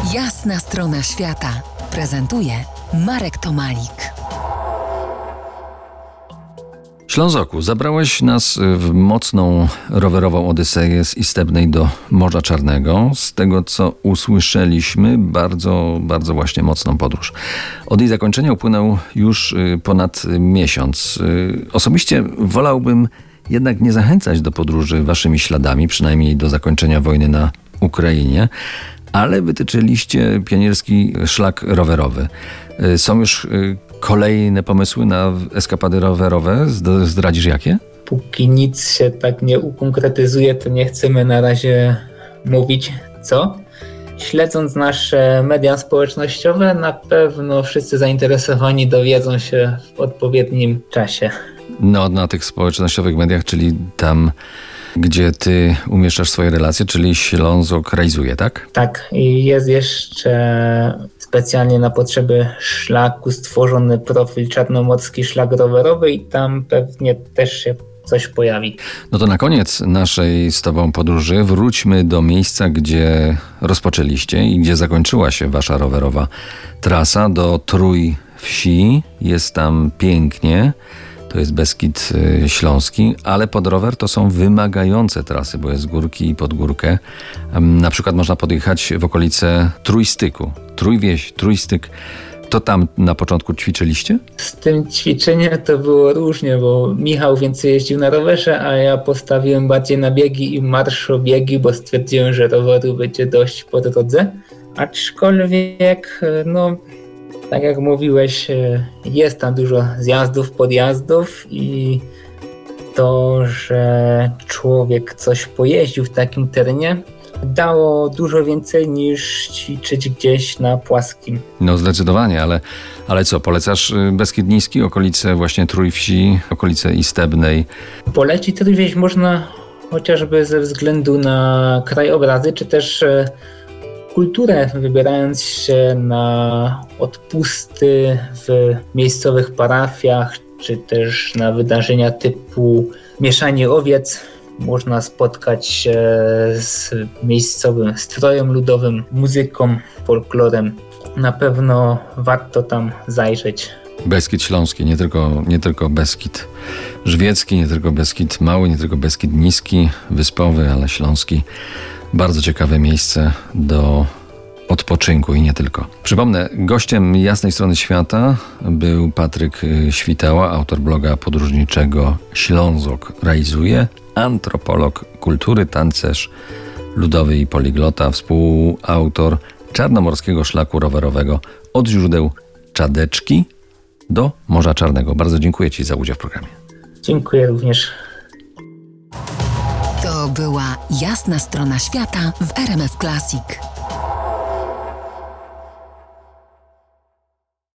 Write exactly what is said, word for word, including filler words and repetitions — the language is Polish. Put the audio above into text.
Jasna strona świata prezentuje Marek Tomalik. Ślązoku, zabrałeś nas w mocną rowerową odyseję z Istebnej do Morza Czarnego. Z tego, co usłyszeliśmy, bardzo, bardzo właśnie mocną podróż. Od jej zakończenia upłynął już ponad miesiąc. Osobiście wolałbym jednak nie zachęcać do podróży waszymi śladami, przynajmniej do zakończenia wojny na Ukrainie, ale wytyczyliście pionierski szlak rowerowy. Są już kolejne pomysły na eskapady rowerowe? Zdradzisz jakie? Póki nic się tak nie ukonkretyzuje, to nie chcemy na razie mówić co. Śledząc nasze media społecznościowe, na pewno wszyscy zainteresowani dowiedzą się w odpowiednim czasie. No, na tych społecznościowych mediach, czyli tam, gdzie ty umieszczasz swoje relacje, czyli Ślązok realizuje, tak? Tak, i jest jeszcze specjalnie na potrzeby szlaku stworzony profil Czarnomorski Szlak Rowerowy i tam pewnie też się coś pojawi. No to na koniec naszej z tobą podróży wróćmy do miejsca, gdzie rozpoczęliście i gdzie zakończyła się wasza rowerowa trasa, do Trójwsi. Jest tam pięknie. To jest Beskid Śląski, ale pod rower to są wymagające trasy, bo jest górki i pod górkę. Na przykład można podjechać w okolice Trójstyku. Trójwieś, Trójstyk. To tam na początku ćwiczyliście? Z tym ćwiczeniem to było różnie, bo Michał więcej jeździł na rowerze, a ja postawiłem bardziej na biegi i marszobiegi, bo stwierdziłem, że roweru będzie dość po drodze. Aczkolwiek, no... tak jak mówiłeś, jest tam dużo zjazdów, podjazdów i to, że człowiek coś pojeździł w takim terenie, dało dużo więcej niż ćwiczyć gdzieś na płaskim. No zdecydowanie, ale, ale co, polecasz Beskid Niski, okolice właśnie Trójwsi, okolice Istebnej? Polecić Trójwieś można chociażby ze względu na krajobrazy, czy też kulturę, wybierając się na odpusty w miejscowych parafiach, czy też na wydarzenia typu mieszanie owiec. Można spotkać się z miejscowym strojem ludowym, muzyką, folklorem. Na pewno warto tam zajrzeć. Beskid Śląski, nie tylko, nie tylko Beskid Żywiecki, nie tylko Beskid Mały, nie tylko Beskid Niski, wyspowy, ale śląski. Bardzo ciekawe miejsce do odpoczynku i nie tylko. Przypomnę, gościem Jasnej Strony Świata był Patryk Świtała, autor bloga podróżniczego Ślązok realizuje, antropolog kultury, tancerz ludowy i poliglota, współautor Czarnomorskiego Szlaku Rowerowego od źródeł Czadeczki do Morza Czarnego. Bardzo dziękuję ci za udział w programie. Dziękuję również. To była Jasna Strona Świata w R M F Classic.